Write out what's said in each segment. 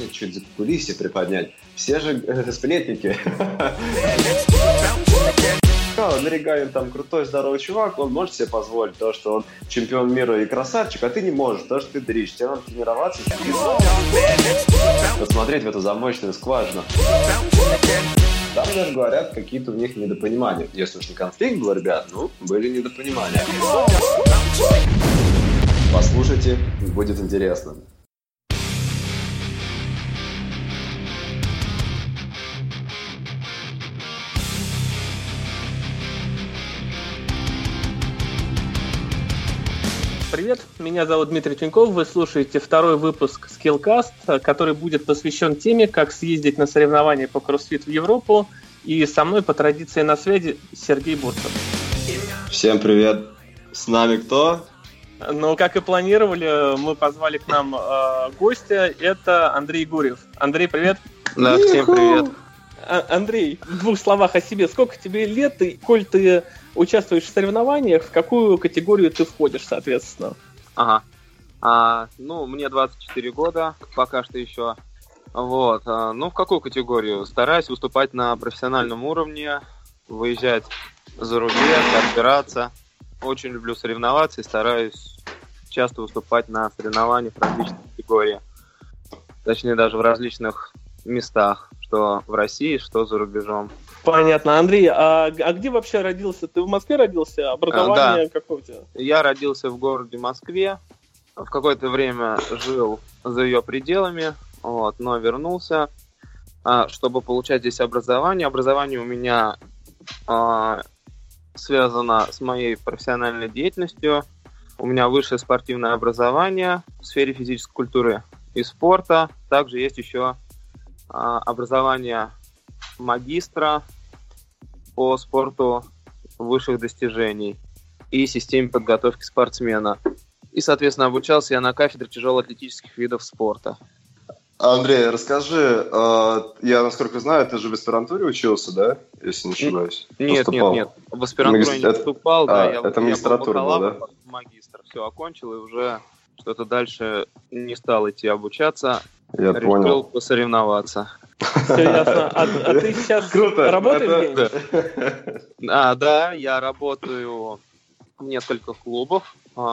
чуть за кулисье приподнять. Все же сплетники. Андрей Галин там крутой, здоровый чувак, он может себе позволить то, что он чемпион мира и красавчик, а ты не можешь, то, что ты дрищ. Тебе надо тренироваться, посмотреть в эту замочную скважину. Там даже говорят, какие-то у них недопонимания. Если уж не конфликт был, ребят, были недопонимания. Послушайте, будет интересно. Привет, меня зовут Дмитрий Тюньков, вы слушаете второй выпуск Skillcast, который будет посвящен теме, как съездить на соревнования по кроссфит в Европу, и со мной по традиции на связи Сергей Бурцев. Всем привет, с нами кто? Ну, как и планировали, мы позвали к нам гостя, это Андрей Гурьев. Андрей, привет. Да, всем привет. Андрей, в двух словах о себе. Сколько тебе лет, и коль ты участвуешь в соревнованиях, в какую категорию ты входишь, соответственно? Мне 24 года, пока что еще. Вот. В какую категорию? Стараюсь выступать на профессиональном уровне, выезжать за рубеж, отбираться. Очень люблю соревноваться и стараюсь часто выступать на соревнованиях в различных категориях. Точнее, даже в различных местах, что в России, что за рубежом. Понятно. Андрей, а где вообще родился? Ты в Москве родился? Образование какое у тебя? Я родился в городе Москве. В какое-то время жил за ее пределами, но вернулся, чтобы получать здесь образование. Образование у меня связано с моей профессиональной деятельностью. У меня высшее спортивное образование в сфере физической культуры и спорта. Также есть еще образование магистра по спорту высших достижений и системе подготовки спортсмена. И, соответственно, обучался я на кафедре тяжелоатлетических видов спорта. Андрей, расскажи, я, насколько знаю, ты же в аспирантуре учился, да? Если не ошибаюсь. Нет. В аспирантуру я не поступал, я магистратура была, да? Магистр. Все, окончил и уже что-то дальше не стал идти обучаться. Я решил посоревноваться. Все ясно. А ты сейчас работаешь где-нибудь? Да, я работаю в нескольких клубах.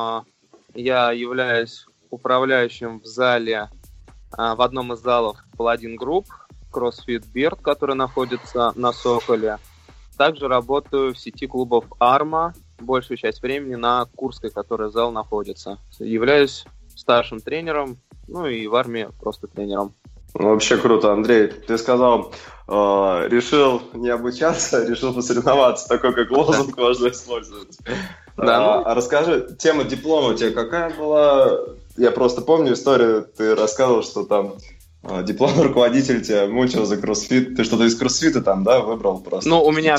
Я являюсь управляющим в зале, в одном из залов Paladin Group, CrossFit Beard, который находится на Соколе. Также работаю в сети клубов Arma, большую часть времени на Курской, который зал находится. Являюсь старшим тренером, и в армии просто тренером. Вообще круто, Андрей. Ты сказал, решил не обучаться, решил посоревноваться. Такой, как лозунг, можно использовать. Да, А расскажи, тема диплома у тебя какая была? Я просто помню историю, ты рассказывал, что там диплом руководитель тебя мучил за кроссфит. Ты что-то из кроссфита там, да, выбрал просто? У меня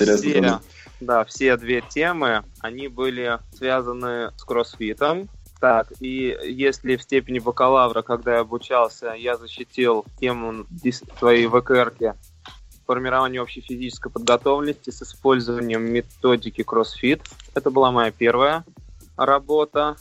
все две темы, они были связаны с кроссфитом. Так, и если в степени бакалавра, когда я обучался, я защитил тему своей ВКРки формирования общей физической подготовленности с использованием методики CrossFit. Это была моя первая работа.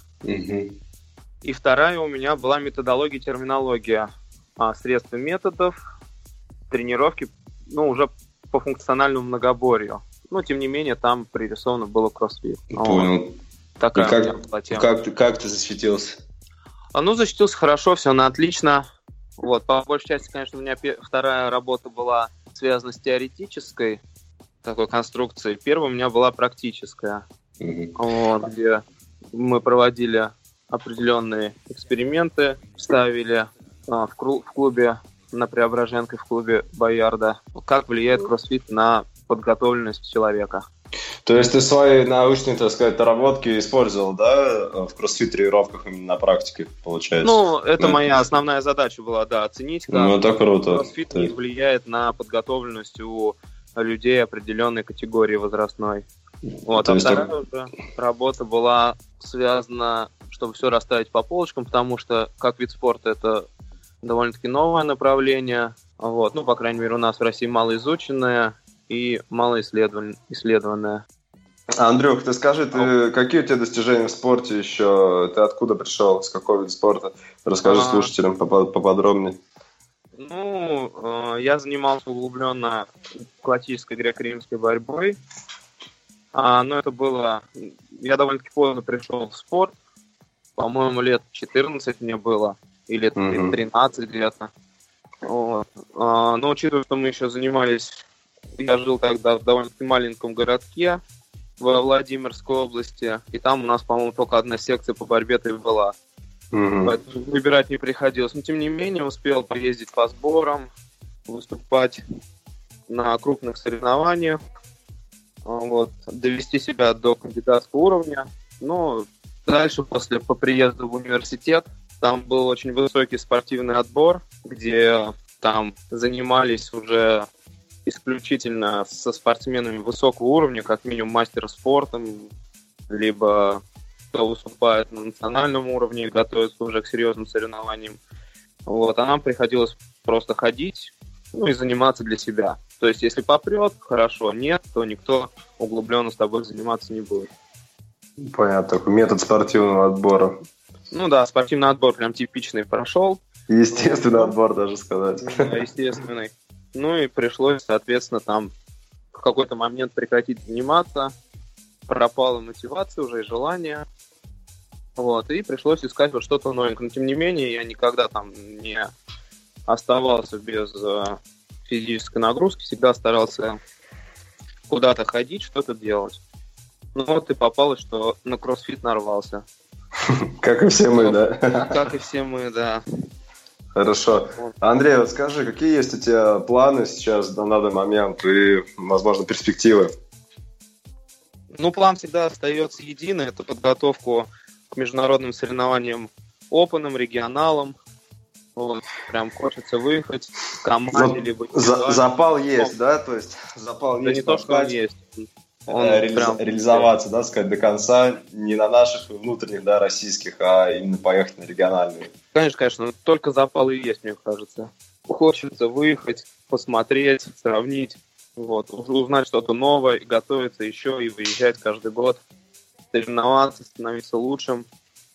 И вторая у меня была методология и терминология средств и методов тренировки, уже по функциональному многоборью. Тем не менее, там пририсовано было CrossFit. Понял. Такая у меня была тема. Как ты защитился? Защитился хорошо, все на отлично. По большей части, конечно, у меня вторая работа была связана с теоретической такой конструкцией. Первая у меня была практическая, где мы проводили определенные эксперименты, ставили в клубе на Преображенке, в клубе Боярда, как влияет кроссфит на подготовленность человека. То есть ты свои научные, так сказать, наработки использовал, да, в кроссфит-тренировках именно на практике, получается? Это моя основная задача была, оценить, как это круто. кроссфит влияет на подготовленность у людей определенной категории возрастной. Вторая уже работа была связана, чтобы все расставить по полочкам, потому что как вид спорта это довольно-таки новое направление, по крайней мере, у нас в России малоизученное и малоисследованное. Андрюх, ты скажи, какие у тебя достижения в спорте еще? Ты откуда пришел? С какого вида спорта? Расскажи слушателям поподробнее. Ну, я занимался углубленно классической греко-римской борьбой. Но это было... Я довольно-таки поздно пришел в спорт. По-моему, лет 14 мне было. Или 13 где-то. Вот. Но учитывая, что мы еще занимались... Я жил тогда в довольно-таки маленьком городке во Владимирской области. И там у нас, по-моему, только одна секция по борьбе-то и была. Поэтому выбирать не приходилось. Но, тем не менее, успел поездить по сборам, выступать на крупных соревнованиях, вот, довести себя до кандидатского уровня. Но дальше, по приезду в университет, там был очень высокий спортивный отбор, где там занимались уже исключительно со спортсменами высокого уровня, как минимум мастер спорта, либо кто выступает на национальном уровне и готовится уже к серьезным соревнованиям. Вот, а нам приходилось просто ходить, и заниматься для себя. То есть, если попрет, хорошо, нет, то никто углубленно с тобой заниматься не будет. Понятно, такой метод спортивного отбора. Ну да, спортивный отбор прям типичный прошел. Естественный отбор, даже сказать. Да, естественный. Ну и пришлось, соответственно, там в какой-то момент прекратить заниматься. Пропала мотивация уже и желание. Вот, и пришлось искать вот что-то новенькое. Но тем не менее, я никогда там не оставался без физической нагрузки, всегда старался куда-то ходить, что-то делать. Ну вот и попалось, что на кроссфит нарвался. Как и все мы, да? Как и все мы, да. Хорошо. Андрей, вот скажи, какие есть у тебя планы сейчас на данный момент и, возможно, перспективы? Ну, план всегда остается единый. Это подготовку к международным соревнованиям, опенам, регионалам. Вот, прям хочется выехать в команде, либо... Запал есть, да? То есть запал да есть. Не то, что он есть. Он реализоваться, да, сказать, до конца, не на наших внутренних, да, российских, а именно поехать на региональные. Конечно, только запал и есть, мне кажется. Хочется выехать, посмотреть, сравнить, вот, узнать что-то новое, и готовиться еще, и выезжать каждый год, соревноваться, становиться лучшим,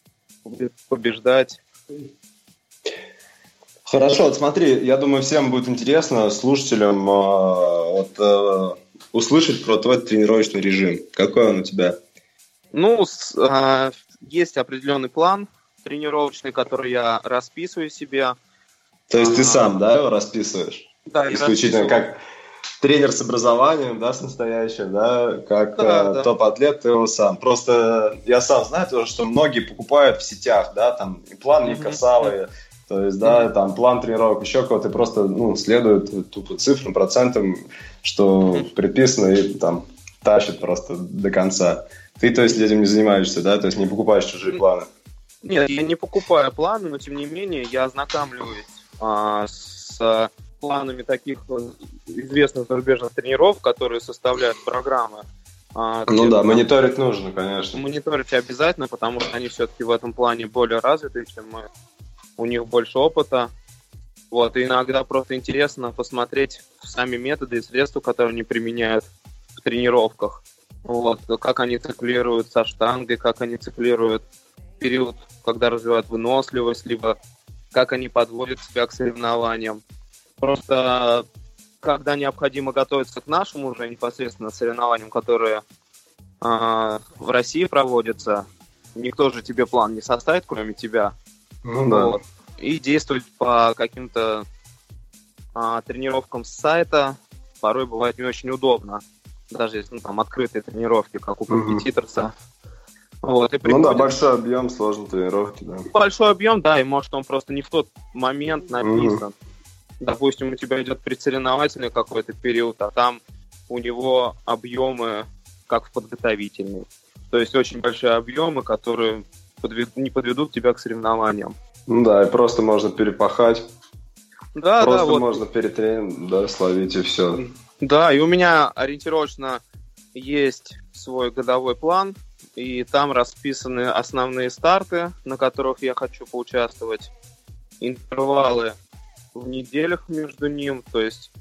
побеждать. Хорошо, вот смотри, я думаю, всем будет интересно, слушателям, услышать про твой тренировочный режим. Какой он у тебя? Ну, есть определенный план тренировочный, который я расписываю себе. То есть ты сам, да, его расписываешь? Да, исключительно как тренер с образованием, да, с настоящим, да, как топ-атлет, ты его сам. Просто я сам знаю тоже, что многие покупают в сетях, да, там и план Никосавы, то есть, да, там план тренировок, еще кого-то просто, следует тупо цифрам, процентам, что предписано, и там тащит просто до конца. Ты, то есть, этим не занимаешься, да, то есть не покупаешь чужие планы? Нет, я не покупаю планы, но тем не менее я ознакомливаюсь с планами таких известных зарубежных тренеров, которые составляют программы. Мониторить нужно, конечно. Мониторить обязательно, потому что они все-таки в этом плане более развиты, чем мы. У них больше опыта. Вот, и иногда просто интересно посмотреть сами методы и средства, которые они применяют в тренировках. Вот, как они циклируют со штангой, как они циклируют период, когда развивают выносливость, либо как они подводят себя к соревнованиям. Просто когда необходимо готовиться к нашим уже непосредственно соревнованиям, которые в России проводятся, никто же тебе план не составит, кроме тебя. Вот. И действовать по каким-то тренировкам с сайта порой бывает не очень удобно. Даже если там открытые тренировки, как у компетиторса. Вот, и большой объем, сложные тренировки, да. Большой объем, да, и может он просто не в тот момент написан. Допустим, у тебя идет предсоревновательный какой-то период, а там у него объемы как в подготовительный. То есть очень большие объемы, которые не подведут тебя к соревнованиям. И просто можно перепахать. Да, просто можно перетренировать, да, словить и все. Да, и у меня ориентировочно есть свой годовой план, и там расписаны основные старты, на которых я хочу поучаствовать, интервалы в неделях между ним, то есть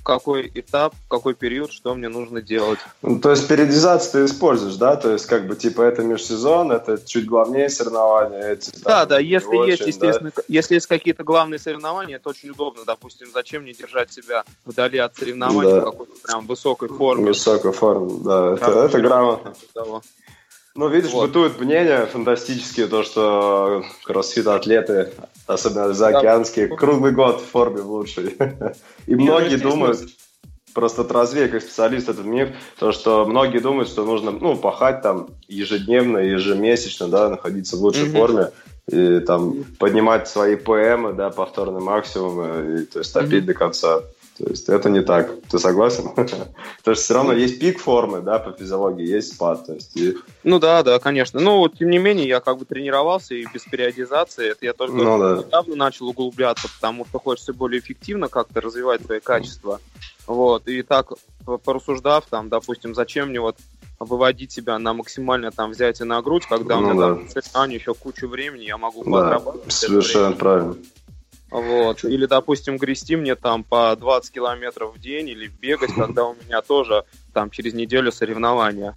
в какой этап, в какой период, что мне нужно делать. Ну, то есть периодизацию ты используешь, да? То есть как бы типа это межсезон, это чуть главнее соревнования. Эти, там, Да, если очень, есть, естественно, да? Если есть какие-то главные соревнования, это очень удобно. Допустим, зачем мне держать себя вдали от соревнований в какой-то прям высокой форме. Высокой форме, да. Это грамотно. Ну, видишь, бытует мнение фантастические, то, что кроссфит-атлеты, особенно заокеанские, круглый год в форме лучшей. И многие думают, просто развей как специалист этот миф, то, что многие думают, что нужно, пахать там ежедневно, ежемесячно, да, находиться в лучшей форме и там поднимать свои ПМы, да, повторные максимумы, и, то есть топить до конца. То есть это не так. Ты согласен? Потому что все равно есть пик формы, да, по физиологии, есть спад. То есть, Ну да, конечно. Но тем не менее я как бы тренировался и без периодизации. Это я только недавно начал углубляться, потому что хочется более эффективно как-то развивать свои качества. Вот. И так, порассуждав, там, допустим, зачем мне выводить себя на максимальное там взятие на грудь, когда у меня там еще кучу времени, я могу подрабатывать. Совершенно правильно. Вот. Или, допустим, грести мне там по 20 километров в день или бегать, когда у меня тоже там через неделю соревнования.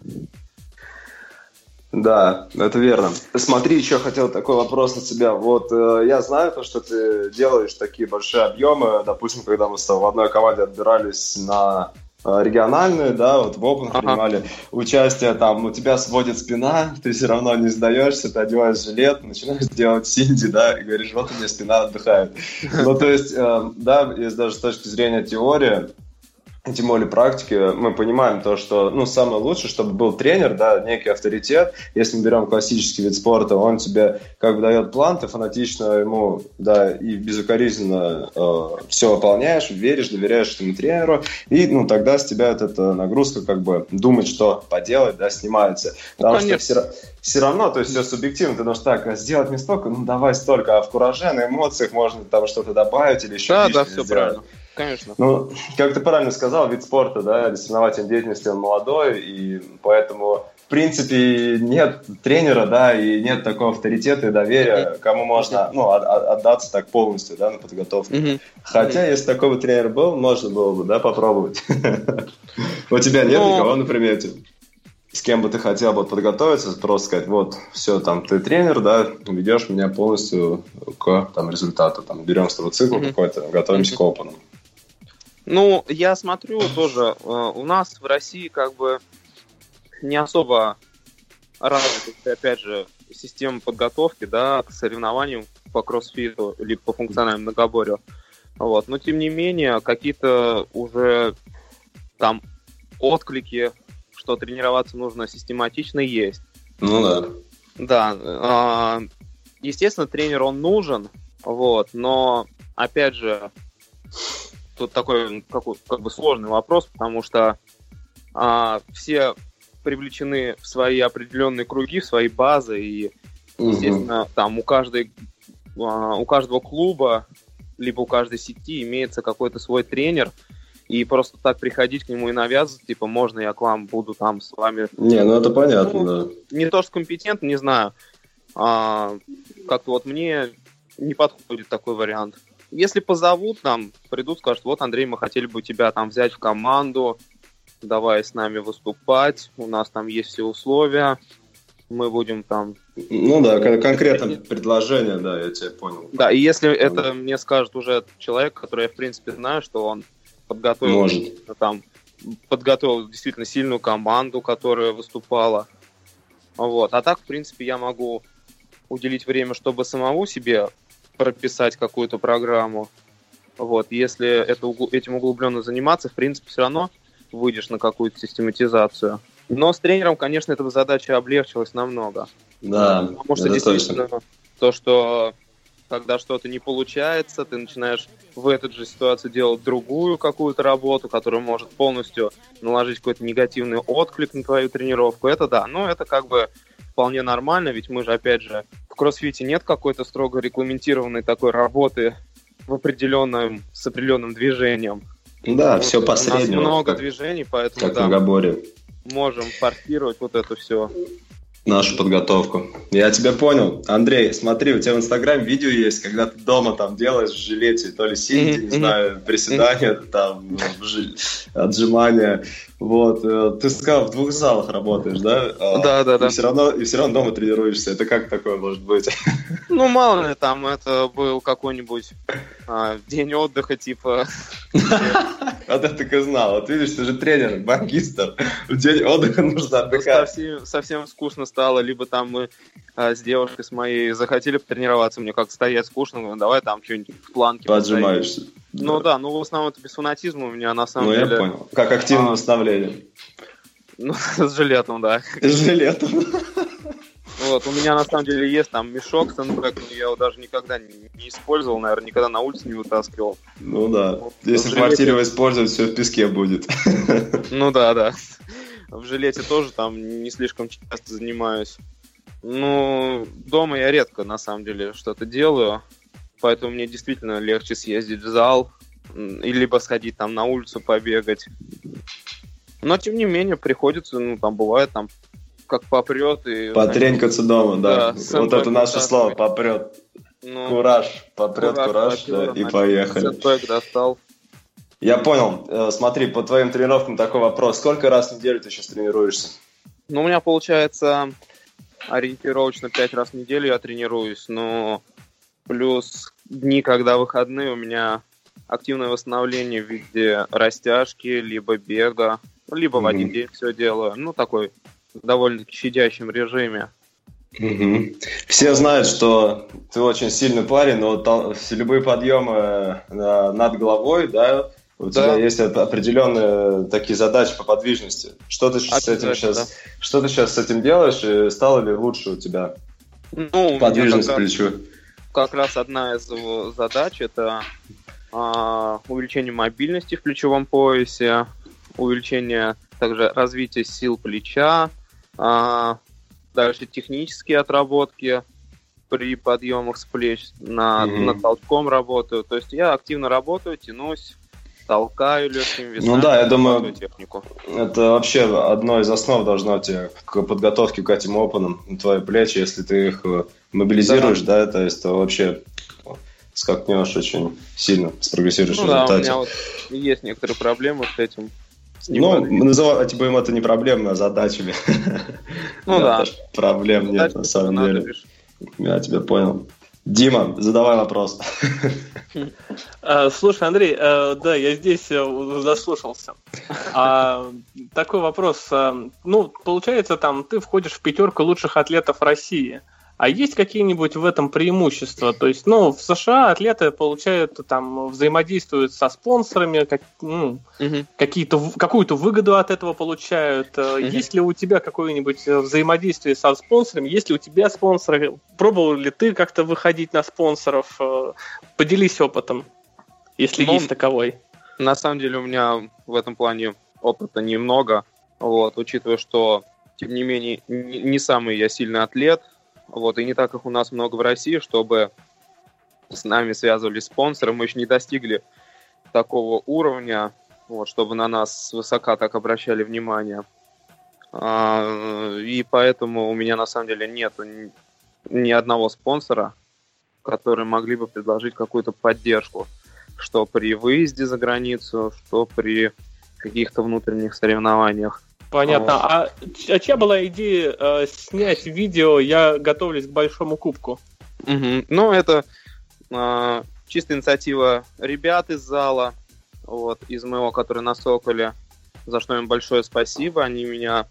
Да, это верно. Смотри, еще хотел такой вопрос от тебя. Вот я знаю то, что ты делаешь такие большие объемы. Допустим, когда мы с тобой в одной команде отбирались на региональные, да, вот в Open принимали участие, там у тебя сводит спина, ты все равно не сдаешься, ты одеваешь жилет, начинаешь делать синди, да, и говоришь, вот у меня спина отдыхает. Ну, то есть, да, есть даже с точки зрения теории, тем более практики, мы понимаем то, что, самое лучшее, чтобы был тренер, да, некий авторитет. Если мы берем классический вид спорта, он тебе как бы дает план, ты фанатично ему, да, и безукоризненно все выполняешь, веришь, доверяешь этому тренеру, и, тогда с тебя эта нагрузка, как бы, думать, что поделать, да, снимается. Потому что все равно, то есть все субъективно, ты можешь так, сделать не столько, давай столько, а в кураже, на эмоциях можно там что-то добавить или еще лишнее сделать. Да, все правильно. Конечно. Как ты правильно сказал, вид спорта, да, соревновательной деятельности, он молодой, и поэтому, в принципе, нет тренера, да, и нет такого авторитета и доверия, кому можно, отдаться так полностью, да, на подготовку. Хотя, если такой бы тренер был, можно было бы, да, попробовать. У тебя нет никого на примете? С кем бы ты хотел бы подготовиться, просто сказать, вот, все, там, ты тренер, да, ведешь меня полностью к результату, там, берем с тобой цикл какой-то, готовимся к опенам. Я смотрю тоже, у нас в России как бы не особо развита, опять же, система подготовки, да, к соревнованиям по кроссфиту или по функциональному многоборью. Вот. Но, тем не менее, какие-то уже там отклики, что тренироваться нужно систематично, есть. Да. Да. Естественно, тренер, он нужен, вот, но, опять же, тут такой как бы сложный вопрос, потому что все привлечены в свои определенные круги, в свои базы, и, естественно, там у каждого клуба, либо у каждой сети имеется какой-то свой тренер, и просто так приходить к нему и навязывать, типа, можно я к вам буду там с вами... Не, это понятно, да. Не то, что компетентно, не знаю. Как-то мне не подходит такой вариант. Если позовут, придут, скажут, вот, Андрей, мы хотели бы тебя там взять в команду, давай с нами выступать, у нас там есть все условия, мы будем там... конкретное предложение, да, я тебя понял. Да, и если это мне скажет уже человек, который я, в принципе, знаю, что он подготовил действительно сильную команду, которая выступала. Вот. А так, в принципе, я могу уделить время, чтобы самому себе прописать какую-то программу. Вот. Если этим углубленно заниматься, в принципе, все равно выйдешь на какую-то систематизацию. Но с тренером, конечно, эта задача облегчилась намного. Да, потому что действительно то, что когда что-то не получается, ты начинаешь в этой же ситуации делать другую какую-то работу, которая может полностью наложить какой-то негативный отклик на твою тренировку. Это да, но это как бы вполне нормально, ведь мы же, опять же, в кроссфите нет какой-то строго регламентированной такой работы с определенным движением. Да, все по среднему. У нас много движений, поэтому как многоборье. Можем форсировать вот это все. нашу подготовку. Я тебя понял. Андрей, смотри, у тебя в Инстаграме видео есть, когда ты дома там делаешь в жилете, то ли сидя, не знаю, приседания, там, отжимания. Вот. Ты сказал, в 2 залах работаешь, да? Да. И все равно дома тренируешься. Это как такое может быть? Ну, мало ли, там это был какой-нибудь день отдыха, типа... Вот это так и знал. Вот видишь, ты же тренер, бангистер. В день отдыха нужно отдыхать. Совсем скучно стало. Либо там мы с девушкой с моей захотели потренироваться. Мне как стоять скучно. Говорю, давай там что-нибудь в планке. Поджимаешься. Ну да, в основном это без фанатизма у меня на самом деле. Ну я понял. Как активное восстановление. Ну, с жилетом, да. С жилетом. Вот, у меня на самом деле есть там мешок сэндбэк, но я его даже никогда не использовал, наверное, никогда на улице не вытаскивал. Ну да, вот, если в квартире его использовать, все в песке будет. Ну да. В жилете тоже там не слишком часто занимаюсь. Ну, дома я редко, на самом деле, что-то делаю, поэтому мне действительно легче съездить в зал, либо сходить там на улицу побегать. Но, тем не менее, приходится, там бывает, там, как попрет. И потренькаться дома, да. Вот это наше слово, попрет. Ну, кураж, кураж, да, и поехали. Сэндбэк достал. Я понял. Смотри, по твоим тренировкам такой вопрос. Сколько раз в неделю ты сейчас тренируешься? Ну, у меня получается ориентировочно 5 раз в неделю я тренируюсь, но плюс дни, когда выходные, у меня активное восстановление в виде растяжки, либо бега, либо в один день все делаю. Ну, такой довольно-таки щадящем режиме. Все знают, что ты очень сильный парень, но любые подъемы над головой, да, у тебя есть определенные такие задачи по подвижности. Что ты с этим сейчас с этим делаешь, и стало ли лучше у тебя подвижность к плечу? Как раз одна из задач – это увеличение мобильности в плечевом поясе, увеличение также развития сил плеча, дальше технические отработки при подъемах с плеч, над толчком работаю. То есть я активно работаю, тянусь, толкаю легкими весами. Ну да, я думаю, технику. Это вообще одно из основ должно тебе к подготовке к этим опенам, твои плечи, если ты их мобилизируешь, да, то есть то вообще скакнешь очень сильно, спрогрессируешь в результате. Да, у меня вот есть некоторые проблемы с этим. Называть будем это не проблемами, а задачами. Ну да. Проблем нет, на самом деле. Я тебя понял. Дима, задавай вопрос. Слушай, Андрей, да, я здесь заслушался. Такой вопрос. Ну, получается, там ты входишь в 5 лучших атлетов России. А есть какие-нибудь в этом преимущества? То есть, в США атлеты получают, взаимодействуют со спонсорами, какую-то выгоду от этого получают. Есть ли у тебя какое-нибудь взаимодействие со спонсорами? Есть ли у тебя спонсоры? Пробовал ли ты как-то выходить на спонсоров? Поделись опытом, если есть таковой. На самом деле у меня в этом плане опыта немного. Учитывая, что, тем не менее, не самый я сильный атлет. И не так как у нас много в России, чтобы с нами связывались спонсоры, мы еще не достигли такого уровня, чтобы на нас свысока так обращали внимание. И поэтому у меня на самом деле нет ни одного спонсора, которые могли бы предложить какую-то поддержку, что при выезде за границу, что при каких-то внутренних соревнованиях. Понятно. А чья была идея снять видео «Я готовлюсь к большому кубку»? Ну, это чисто инициатива ребят из зала, из моего, который на Соколе, за что им большое спасибо. Они меня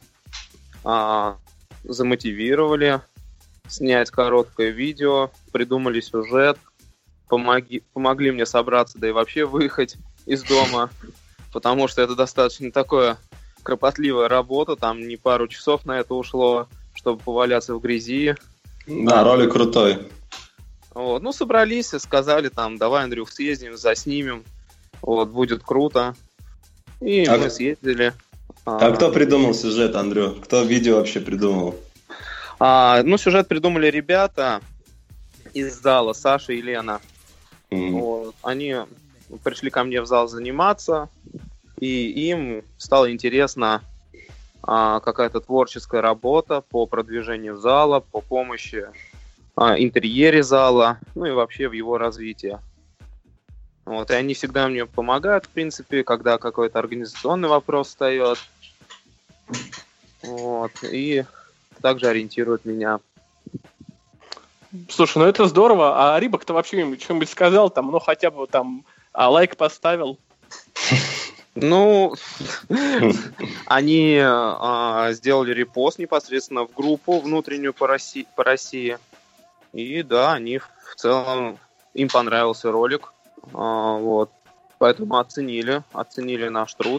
замотивировали снять короткое видео, придумали сюжет, помогли мне собраться, да и вообще выехать из дома, потому что это достаточно такое... кропотливая работа, там не пару часов на это ушло, чтобы поваляться в грязи. Да, ролик крутой. Собрались и сказали давай, Андрюх, съездим, заснимем, будет круто. И мы съездили. А кто придумал сюжет, Андрю? Кто видео вообще придумал? Сюжет придумали ребята из зала, Саша и Лена. Они пришли ко мне в зал заниматься, и им стало интересно какая-то творческая работа по продвижению зала, по помощи интерьере зала, ну и вообще в его развитии. Вот, и они всегда мне помогают, в принципе, когда какой-то организационный вопрос встает. Вот, и также ориентируют меня. Слушай, ну это здорово. А Рибок-то вообще что-нибудь сказал, там, ну хотя бы там лайк поставил? Ну, они сделали репост непосредственно в группу внутреннюю по России. И да, они в целом, им понравился ролик. Вот. Поэтому оценили наш труд.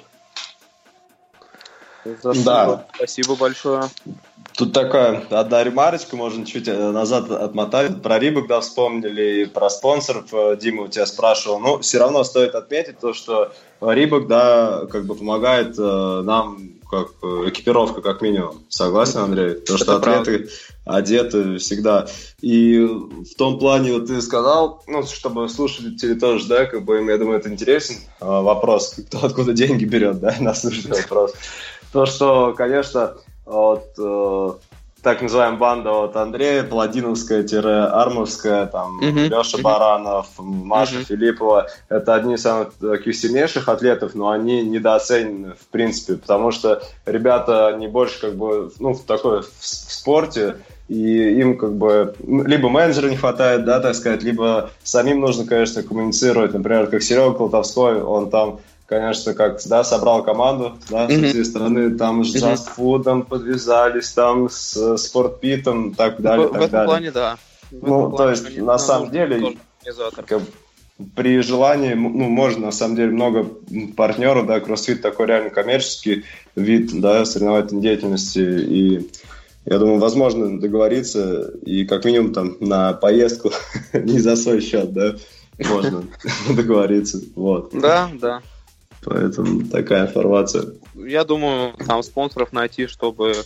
Да. Спасибо большое. Тут такая одна ремарочка, можно чуть назад отмотать. Про Рибок, да, вспомнили, и про спонсоров. Дима у тебя спрашивал. Ну, все равно стоит отметить то, что Рибок, да, как бы помогает нам, как экипировка, как минимум. Согласен, Андрей? То, что атлеты одеты всегда. И в том плане, вот ты сказал, ну, чтобы слушатели тоже, да, как бы им, я думаю, это интересен вопрос, кто откуда деньги берет, да, насущный вопрос. То, что, конечно, вот так называемая банда от Андрея, Паладиновская-Армовская, там, Леша Баранов, Маша Филиппова, это одни из самых таких сильнейших атлетов, но они недооценены, в принципе, потому что ребята, они больше как бы, ну, в спорте, и им как бы либо менеджера не хватает, да, так сказать, либо самим нужно, конечно, коммуницировать, например, как Серега Колтовской, он там, конечно, как, да, собрал команду, да, со всей страны, там с джастфудом подвязались, там с спортпитом, и так далее, в этом плане, да. Ну, то есть, на самом деле, при желании, ну, можно, на самом деле, много партнеров, да, кроссфит такой реально коммерческий вид, да, соревновательной деятельности, и я думаю, возможно договориться, и как минимум там на поездку не за свой счет, да, можно договориться, вот. Да, да. Поэтому такая информация. Я думаю, там спонсоров найти, чтобы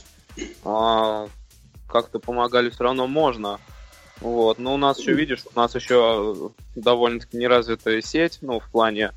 как-то помогали, все равно можно. Вот. Но у нас еще, видишь, у нас еще довольно-таки неразвитая сеть, ну, в плане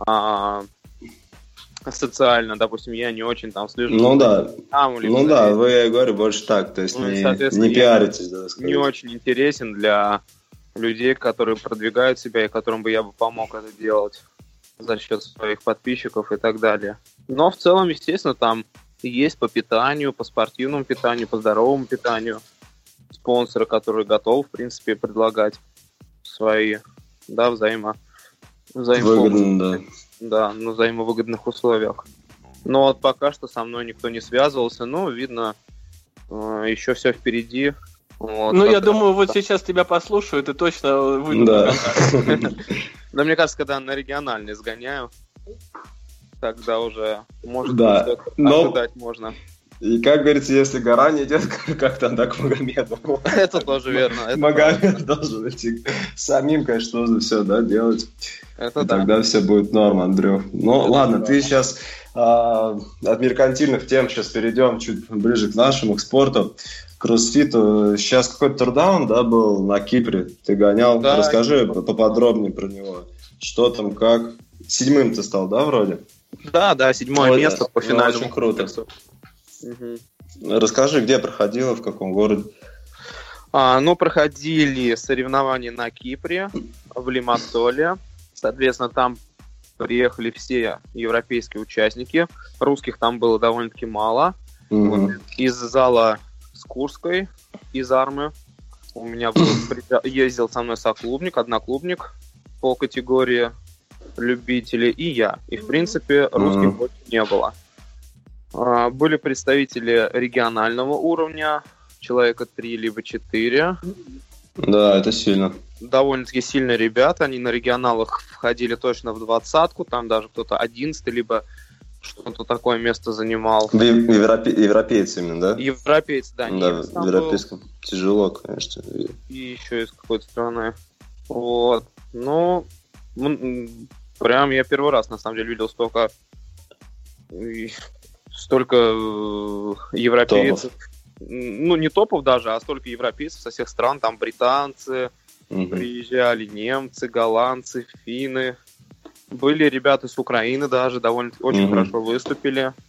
социально, допустим, я не очень там слежу. Ну да, вы, я говорю, больше так, то есть не пиаритесь, да, не очень интересен для людей, которые продвигают себя и которым бы я бы помог это делать за счет своих подписчиков и так далее. Но в целом, естественно, там есть по питанию, по спортивному питанию, по здоровому питанию спонсоры, которые готовы, в принципе, предлагать свои, да, взаимовыгодные, да, на взаимовыгодных условиях. Но вот пока что со мной никто не связывался, но, видно, еще все впереди. Вот, ну, я думаю, вот сейчас тебя послушают и точно выйдут. Да. Да, мне кажется, когда на региональный сгоняю, тогда уже, может, да. ожидать можно. И, как говорится, если гора не идет, как там, да, к Магомеду. Это тоже верно. Магомед должен идти самим, конечно, нужно все, да, делать. Это да. Тогда все будет норм, Андрюх. Ну, ладно, ты сейчас от меркантильных тем сейчас перейдем чуть ближе к нашему, к спорту, к кроссфиту. Сейчас какой-то турдаун, да, был на Кипре. Ты гонял. Да, расскажи поподробнее про него. Что там, как? 7-м ты стал, да, вроде? Да, 7-е место по финальному. Очень круто. Расскажи, где проходило, в каком городе? Проходили соревнования на Кипре, в Лимассоле. Соответственно, там приехали все европейские участники. Русских там было довольно-таки мало. Вот. Из зала с Курской, из Армы. У меня ездил со мной соклубник, одноклубник по категории любителей и я. И, в принципе, русских больше не было. Были представители регионального уровня, человека 3 либо 4. Да, это сильно. Довольно-таки сильные ребята, они на регионалах входили точно в 20-ку, там даже кто-то 11-й, либо что-то такое место занимал. Европейцы именно, да? Европейцы, да. Да, в европейском. Тяжело, конечно. И еще из какой-то страны. Вот. Ну, прям я первый раз, на самом деле, видел столько европейцев. Топов. Ну, не топов даже, а столько европейцев со всех стран. Там британцы приезжали, немцы, голландцы, финны. Были ребята с Украины даже, довольно-таки очень хорошо выступили.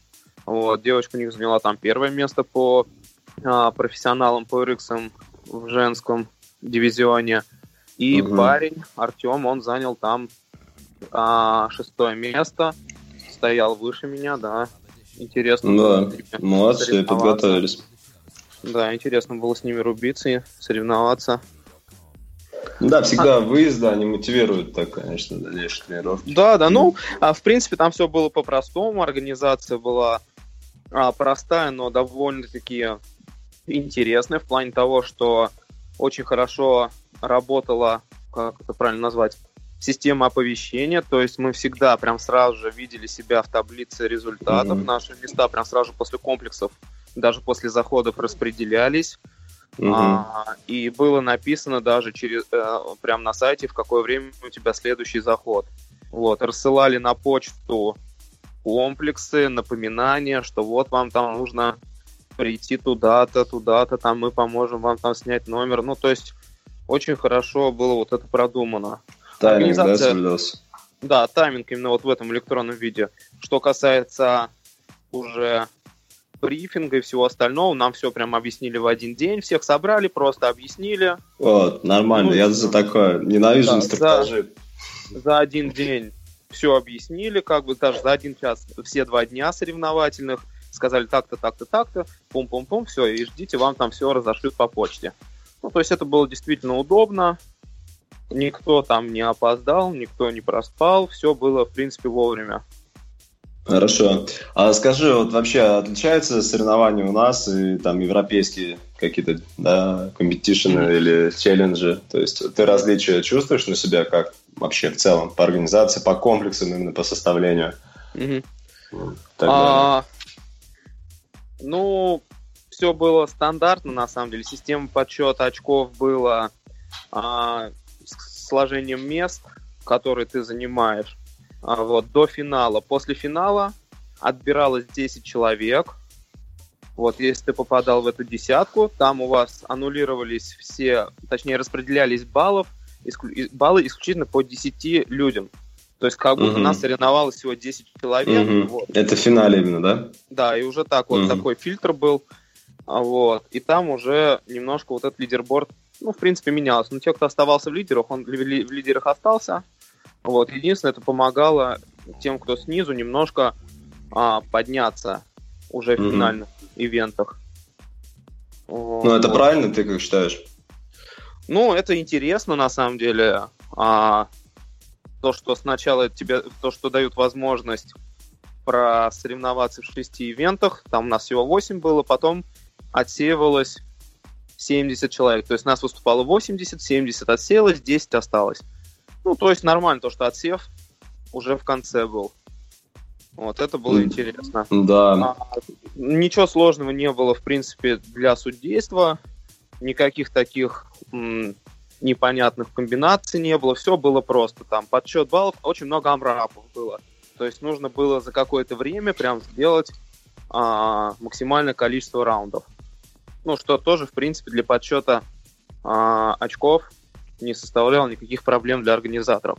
Вот, девочка у них заняла там первое место по профессионалам по RX в женском дивизионе. И парень, Артем, он занял там 6-е место, стоял выше меня, да. Интересно. Да, молодцы, подготовились. Да, интересно было с ними рубиться и соревноваться. Да, всегда выезды, они мотивируют так, конечно, дальнейшие тренировки. Да, ну, в принципе, там все было по-простому, организация была простая, но довольно-таки интересная в плане того, что очень хорошо работала, как это правильно назвать, система оповещения, то есть мы всегда прям сразу же видели себя в таблице результатов, наши места прям сразу же после комплексов, даже после заходов распределялись, и было написано даже прям на сайте, в какое время у тебя следующий заход. Вот, рассылали на почту комплексы, напоминания, что вот вам там нужно прийти туда-то, там мы поможем вам там снять номер. Ну, то есть очень хорошо было вот это продумано. Тайминг, да, соблюдался? Да, тайминг именно вот в этом электронном виде. Что касается уже брифинга и всего остального, нам все прям объяснили в один день, всех собрали, просто объяснили. Вот, нормально, я за такое ненавижу инструктажи. За один день все объяснили, как бы даже за 1 час, все 2 дня соревновательных, сказали так-то, так-то, так-то, пум-пум-пум, все, и ждите, вам там все разошлют по почте. Ну, то есть это было действительно удобно, никто там не опоздал, никто не проспал, все было, в принципе, вовремя. Хорошо. А скажи, вот вообще отличаются соревнования у нас и там европейские какие-то, да, компетишены или челленджи? То есть ты различия чувствуешь на себя как вообще в целом по организации, по комплексам, именно по составлению? Ну, все было стандартно, на самом деле. Система подсчета очков была с сложением мест, которые ты занимаешь. Вот, до финала. После финала отбиралось 10 человек. Вот, если ты попадал в эту десятку, там у вас аннулировались все, точнее, распределялись баллы исключительно по 10 людям. То есть, как будто нас соревновалось всего 10 человек. Вот. Это в финале именно, да? Да, и уже так вот такой фильтр был. Вот. И там уже немножко вот этот лидерборд, ну, в принципе, менялся. Но те, кто оставался в лидерах, он в лидерах остался. Вот. Единственное, это помогало тем, кто снизу, немножко подняться уже в финальных ивентах. Ну, это правильно, ты как считаешь? Ну, это интересно, на самом деле. То, что сначала то, что дают возможность просоревноваться в 6 ивентах, там у нас всего 8 было, потом отсеивалось 70 человек. То есть нас выступало 80, 70 отсеялось, 10 осталось. Ну, то есть нормально, то, что отсев уже в конце был. Вот, это было интересно. Да. Ничего сложного не было, в принципе, для судейства. Никаких таких непонятных комбинаций не было. Все было просто. Там подсчет баллов, очень много амрапов было. То есть нужно было за какое-то время прям сделать максимальное количество раундов. Ну, что тоже, в принципе, для подсчета очков не составляло никаких проблем для организаторов.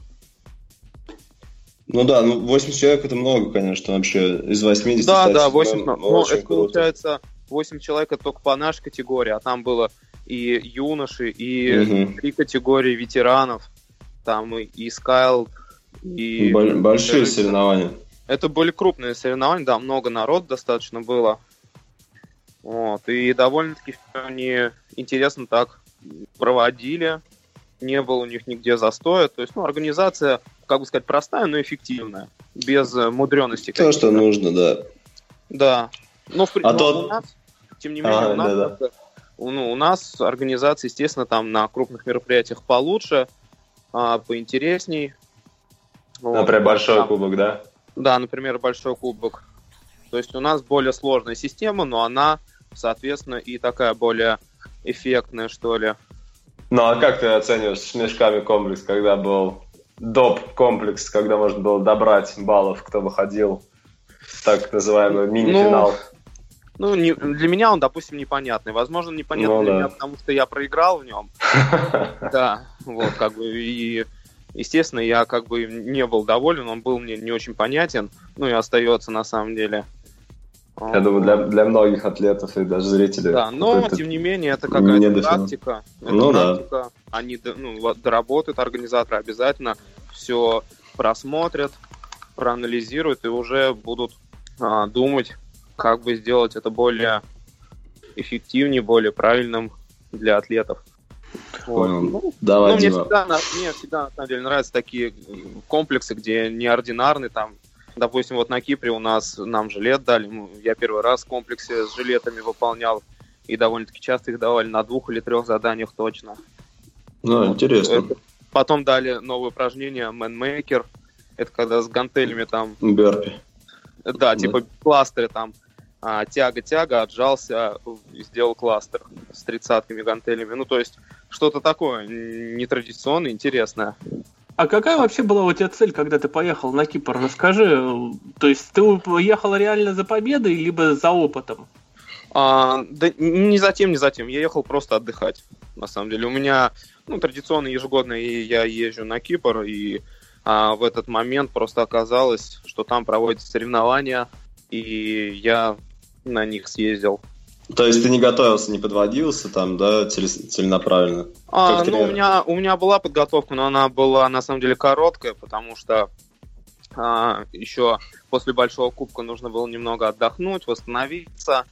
Ну да, 80 человек это много, конечно, вообще из 80. Да, 80. Ну, это круто. Получается 8 человек это только по нашей категории, а там было и юноши, и 3 категории ветеранов, там и Скайлд, и... Большие соревнования. Это были крупные соревнования, да, много народу достаточно было. Вот, и довольно-таки они интересно так проводили, не было у них нигде застоя, то есть, организация, как бы сказать, простая, но эффективная, без мудрёности. То, что нужно, да. Да, но у нас, тем не менее, у нас организация, естественно, там на крупных мероприятиях получше, поинтересней. Например, большой кубок, да? Да, например, большой кубок. То есть у нас более сложная система, но она, соответственно, и такая более эффектная, что ли. Ну, а как ты оцениваешь с мешками комплекс, когда был доп-комплекс, когда можно было добрать баллов, кто выходил в так называемый мини-финал? Для меня он, допустим, непонятный. Возможно, непонятный для меня, потому что я проиграл в нем. Да, вот, как бы, и, естественно, я как бы не был доволен, он был мне не очень понятен, и остается на самом деле. Я думаю, для многих атлетов и даже зрителей. Да, но, тем не менее, это какая-то практика. Да. Они доработают, организаторы обязательно все просмотрят, проанализируют и уже будут думать, как бы сделать это более эффективнее, более правильным для атлетов. Вот. Давай, мне всегда, на самом деле, нравятся такие комплексы, где неординарный, там, допустим, вот на Кипре нам жилет дали, я первый раз в комплексе с жилетами выполнял, и довольно-таки часто их давали на 2 или 3 заданиях точно. Интересно. Потом дали новое упражнение Man-Maker, это когда с гантелями там... Бёрпи. Да, типа кластеры там, тяга, отжался, сделал кластер с 30-ками гантелями. То есть что-то такое нетрадиционное, интересное. А какая вообще была у тебя цель, когда ты поехал на Кипр? Расскажи. То есть ты уехал реально за победой, либо за опытом? Да не за тем. Я ехал просто отдыхать, на самом деле. У меня традиционно ежегодно я езжу на Кипр, и в этот момент просто оказалось, что там проводятся соревнования, и я на них съездил. То есть ты не готовился, не подводился там, да, целенаправленно? У меня была подготовка, но она была на самом деле короткая, потому что еще после Большого Кубка нужно было немного отдохнуть, восстановиться,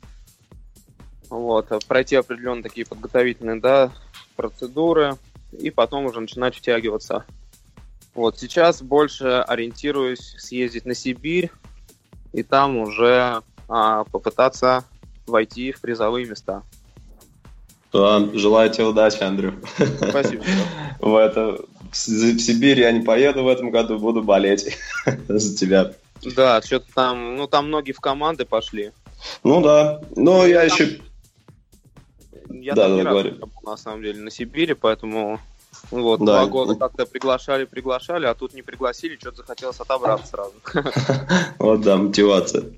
пройти определенные такие подготовительные, процедуры, и потом уже начинать втягиваться. Сейчас больше ориентируюсь съездить на Сибирь и там уже попытаться войти в призовые места. Желаю тебе удачи, Андрю. Спасибо. В Сибирь я не поеду в этом году, буду болеть за тебя. Да, что-то там многие в команды пошли. Да, но я еще... Я там не раз был, на самом деле, на Сибири, поэтому 2 года как-то приглашали, а тут не пригласили, что-то захотелось отобраться сразу. Мотивация.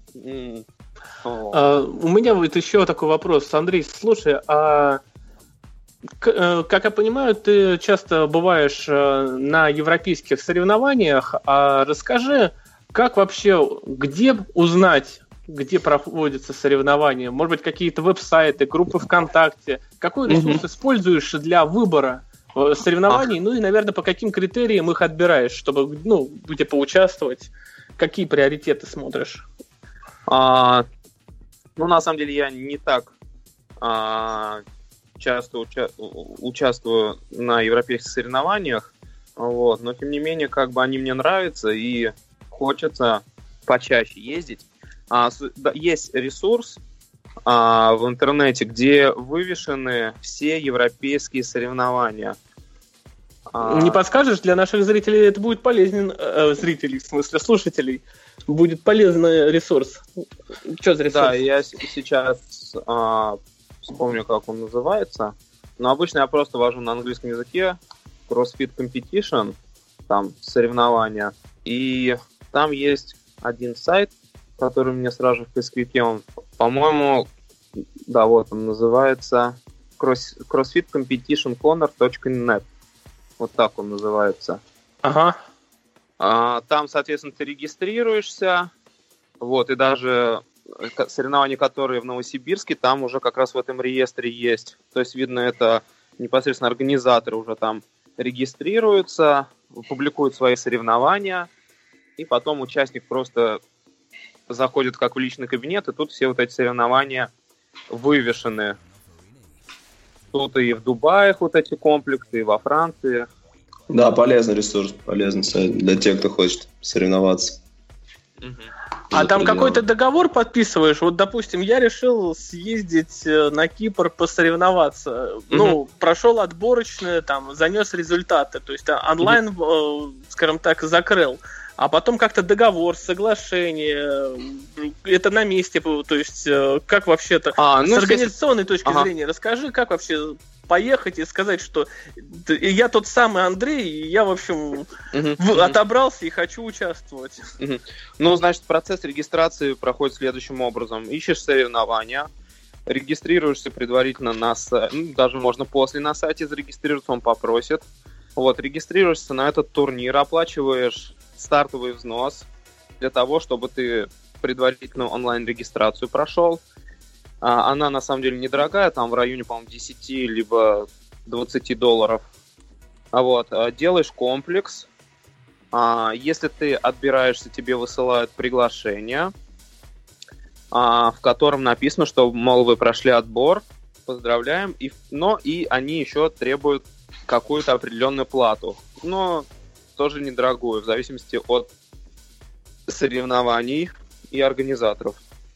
У меня будет еще такой вопрос. Андрей, слушай, как я понимаю, ты часто бываешь на европейских соревнованиях. Расскажи, как вообще, где узнать, где проводятся соревнования? Может быть, какие-то веб-сайты, группы ВКонтакте? Какой ресурс используешь для выбора соревнований? И, наверное, по каким критериям их отбираешь, чтобы где поучаствовать? Какие приоритеты смотришь? На самом деле я не так часто участвую на европейских соревнованиях, но тем не менее, они мне нравятся и хочется почаще ездить. Есть ресурс в интернете, где вывешены все европейские соревнования. Не подскажешь, для наших зрителей это будет полезен, слушателей, будет полезный ресурс. Что за ресурс? Да, я сейчас вспомню, как он называется. Но обычно я просто ввожу на английском языке CrossFit Competition, там соревнования. И там есть один сайт, который мне сразу же в поисковике, он, по-моему, он называется crossfitcompetitioncorner.net. Вот так он называется. Ага. Там, соответственно, ты регистрируешься, и даже соревнования, которые в Новосибирске, там уже как раз в этом реестре есть. То есть, видно, это непосредственно организаторы уже там регистрируются, публикуют свои соревнования, и потом участник просто заходит как в личный кабинет, и тут все эти соревнования вывешены. Тут и в Дубае эти комплексы, и во Франции. Да, полезный ресурс, полезный сайт для тех, кто хочет соревноваться. А там какой-то договор подписываешь? Допустим, я решил съездить на Кипр посоревноваться. Прошел отборочные, занес результаты. То есть онлайн, скажем так, закрыл. А потом как-то договор, соглашение, это на месте, то есть как вообще-то с организационной точки зрения, расскажи, как вообще поехать и сказать, что я тот самый Андрей, и я, в общем, отобрался и хочу участвовать. Значит, процесс регистрации проходит следующим образом. Ищешь соревнования, регистрируешься предварительно даже можно после на сайте зарегистрироваться, он попросит. Регистрируешься на этот турнир, оплачиваешь стартовый взнос для того, чтобы ты предварительную онлайн-регистрацию прошел. Она на самом деле недорогая, там в районе, по-моему, 10 либо $20. Делаешь комплекс. Если ты отбираешься, тебе высылают приглашение, в котором написано, что, мол, вы прошли отбор, поздравляем, но они еще требуют какую-то определенную плату, но тоже недорогую, в зависимости от соревнований и организаторов.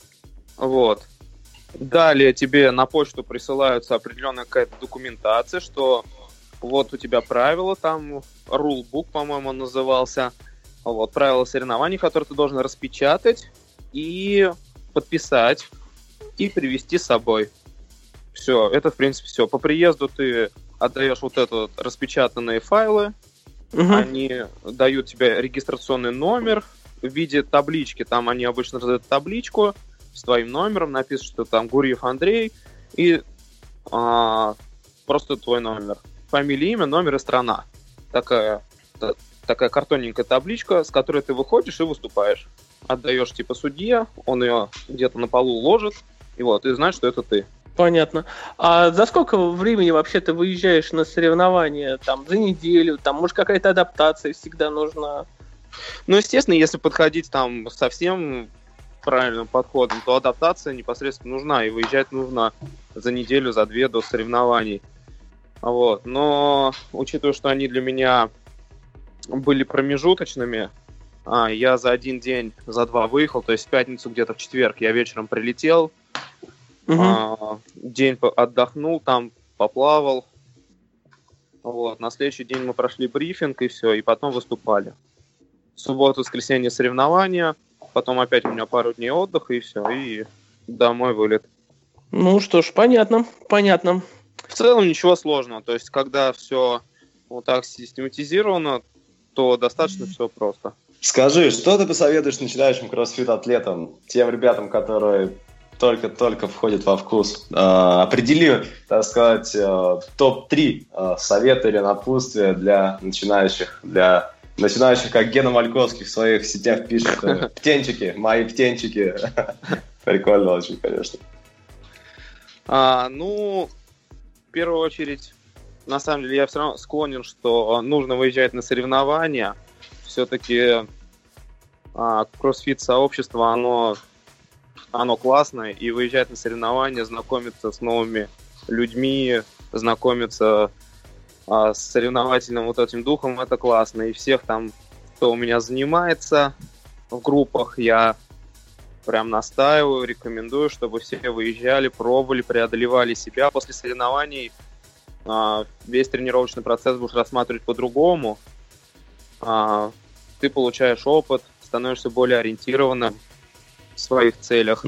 Далее тебе на почту присылается определенная какая-то документация, что вот у тебя правила, там rulebook, по-моему, он назывался, правила соревнований, которые ты должен распечатать и подписать, и привезти с собой. Все, это, в принципе, все. По приезду ты отдаешь распечатанные файлы, они дают тебе регистрационный номер в виде таблички, там они обычно раздают табличку с твоим номером, написано, что там Гурьев Андрей, и просто твой номер. Фамилия, имя, номер и страна. Такая картонненькая табличка, с которой ты выходишь и выступаешь. Отдаешь судье, он ее где-то на полу ложит, и знаешь, что это ты. Понятно. А за сколько времени вообще ты выезжаешь на соревнования? Там за неделю, там может какая-то адаптация всегда нужна? Ну, естественно, если подходить там совсем правильным подходом, то адаптация непосредственно нужна, и выезжать нужно за неделю, за две до соревнований. Но учитывая, что они для меня были промежуточными, я за один день, за два выехал, то есть в пятницу где-то в четверг я вечером прилетел, день отдохнул, там поплавал. На следующий день мы прошли брифинг и все, и потом выступали. В субботу, воскресенье соревнования, потом опять у меня пару дней отдыха и все, и домой вылет. Ну что ж, понятно. В целом ничего сложного, то есть когда все так систематизировано, то достаточно все просто. Скажи, что ты посоветуешь начинающим кроссфит-атлетам, тем ребятам, которые только входят во вкус? Определи, так сказать, топ-3 совета или напутствия для начинающих, как Гена Мальковский в своих сетях пишет. Птенчики, мои птенчики. Прикольно очень, конечно. В первую очередь, на самом деле, я все равно склонен, что нужно выезжать на соревнования. Все-таки кроссфит-сообщество, оно классное, и выезжать на соревнования, знакомиться с новыми людьми, знакомиться с соревновательным этим духом, это классно. И всех там, кто у меня занимается в группах, я прям настаиваю, рекомендую, чтобы все выезжали, пробовали, преодолевали себя. После соревнований весь тренировочный процесс будешь рассматривать по-другому. Ты получаешь опыт, становишься более ориентированным в своих целях.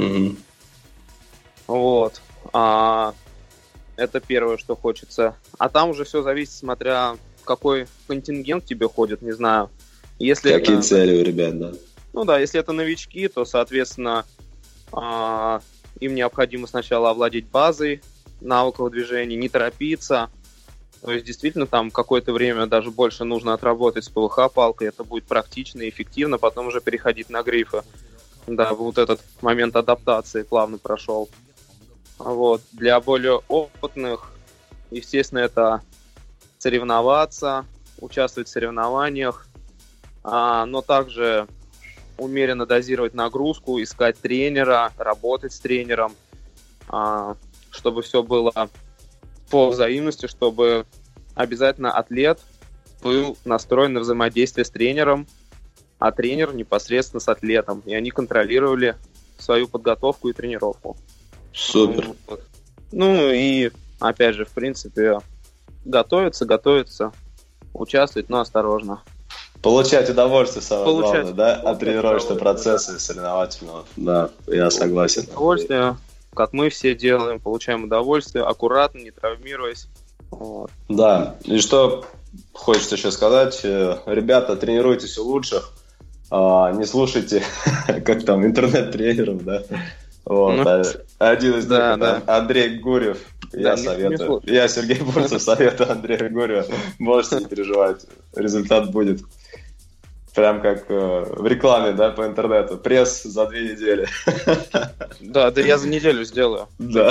Это первое, что хочется. А там уже все зависит, смотря какой контингент тебе ходит, не знаю. Какие цели у ребят, да? Если это новички, то, соответственно, им необходимо сначала овладеть базой навыков движения, не торопиться. То есть, действительно, там какое-то время даже больше нужно отработать с ПВХ-палкой, это будет практично и эффективно, потом уже переходить на грифы. Да, этот момент адаптации плавно прошел. Для более опытных, естественно, это соревноваться, участвовать в соревнованиях, но также умеренно дозировать нагрузку, искать тренера, работать с тренером, чтобы все было по взаимности, чтобы обязательно атлет был настроен на взаимодействие с тренером, а тренер непосредственно с атлетом, и они контролировали свою подготовку и тренировку. Супер. И опять же, в принципе, готовиться, участвовать, но осторожно. Получать удовольствие, самое главное, да? От тренировочного процесса и соревновательного. Да, я согласен. Удовольствие, как мы все делаем, получаем удовольствие, аккуратно, не травмируясь. Да, и что хочется еще сказать, ребята, тренируйтесь у лучших, не слушайте, как там, интернет-тренеров, да? Один из них, Андрей Гурьев, я советую. Я Сергей Бурцев советую Андрею Гурьеву. Можете не переживать, результат будет. Прям как в рекламе, да, по интернету. Пресс за 2 недели. Да, я за неделю сделаю. Да.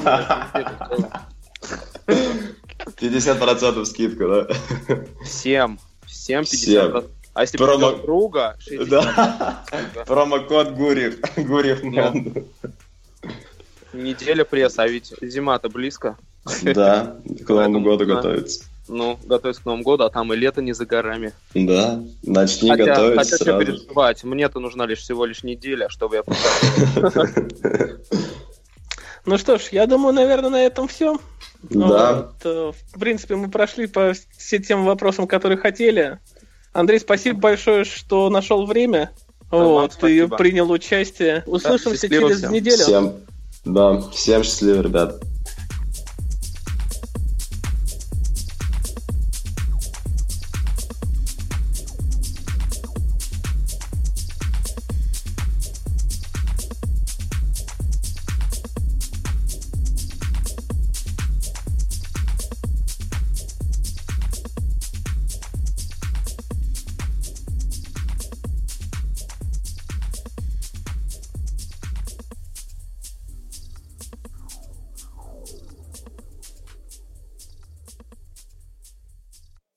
50% скидка, да? Всем 50%. А если друга, 60%. Да. Промокод Гурьев. Неделя пресса, а ведь зима-то близко. Да, к Новому году готовится. Готовится к Новому году, а там и лето не за горами. Да, начни готовиться сразу. Хотя переживать, мне-то нужна всего лишь неделя, чтобы я показывал. Ну что ж, я думаю, наверное, на этом все. Да. В принципе, мы прошли по всем тем вопросам, которые хотели. Андрей, спасибо большое, что нашел время. И принял участие. Услышимся через неделю. Всем счастливо, ребят.